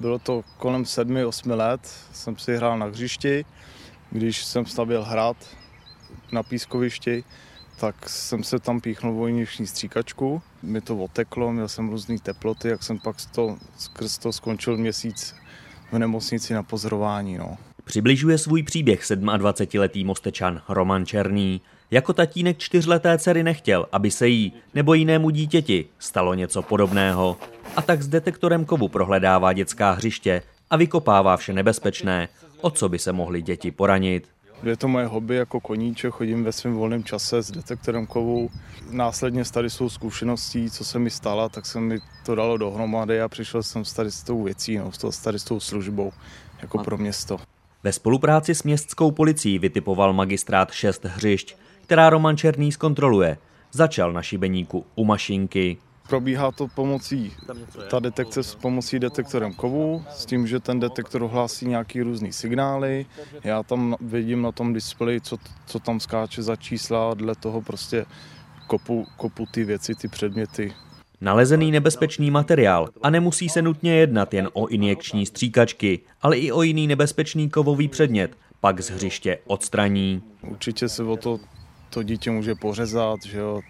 Bylo to kolem 7-8 let, jsem si hrál na hřišti, když jsem stavěl hrad na pískovišti, tak jsem se tam píchnul o injekční stříkačku, mi to oteklo, měl jsem různé teploty, jak jsem pak skrz to skončil měsíc v nemocnici na pozorování. Přibližuje svůj příběh 27letý Mostečan Roman Černý. Jako tatínek 4leté dcery nechtěl, aby se jí nebo jinému dítěti stalo něco podobného. A tak s detektorem kovu prohledává dětská hřiště a vykopává vše nebezpečné, o co by se mohly děti poranit. Je to moje hobby jako koníček, chodím ve svém volném čase s detektorem kovu. Následně s tady svou zkušeností, co se mi stala, tak se mi to dalo dohromady a přišel jsem tady s tou věcí, tady s tou službou jako pro město. Ve spolupráci s městskou policií vytipoval magistrát 6 hřišť, která Roman Černý zkontroluje. Začal na šibeníku u Mašinky. Probíhá to ta detekce s pomocí detektorem kovu, s tím, že ten detektor hlásí nějaký různý signály. Já tam vidím na tom displeji, co tam skáče za čísla, dle toho prostě kopu ty věci, ty předměty. Nalezený nebezpečný materiál a nemusí se nutně jednat jen o injekční stříkačky, ale i o jiný nebezpečný kovový předmět, pak z hřiště odstraní. Určitě se o to dítě může pořezat, že jo,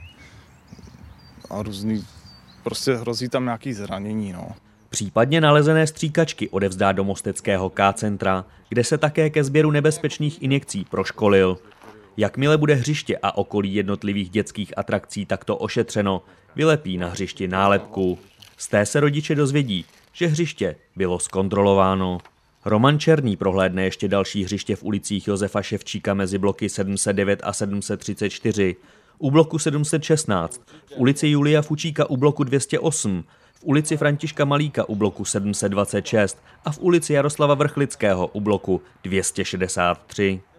a různý, prostě hrozí tam nějaký zranění. Případně nalezené stříkačky odevzdá do mosteckého K-centra, kde se také ke sběru nebezpečných injekcí proškolil. Jakmile bude hřiště a okolí jednotlivých dětských atrakcí takto ošetřeno, vylepí na hřišti nálepku. Z té se rodiče dozvědí, že hřiště bylo zkontrolováno. Roman Černý prohlédne ještě další hřiště v ulicích Josefa Ševčíka mezi bloky 709 a 734, u bloku 716, v ulici Julia Fučíka u bloku 208, v ulici Františka Malíka u bloku 726 a v ulici Jaroslava Vrchlického u bloku 263.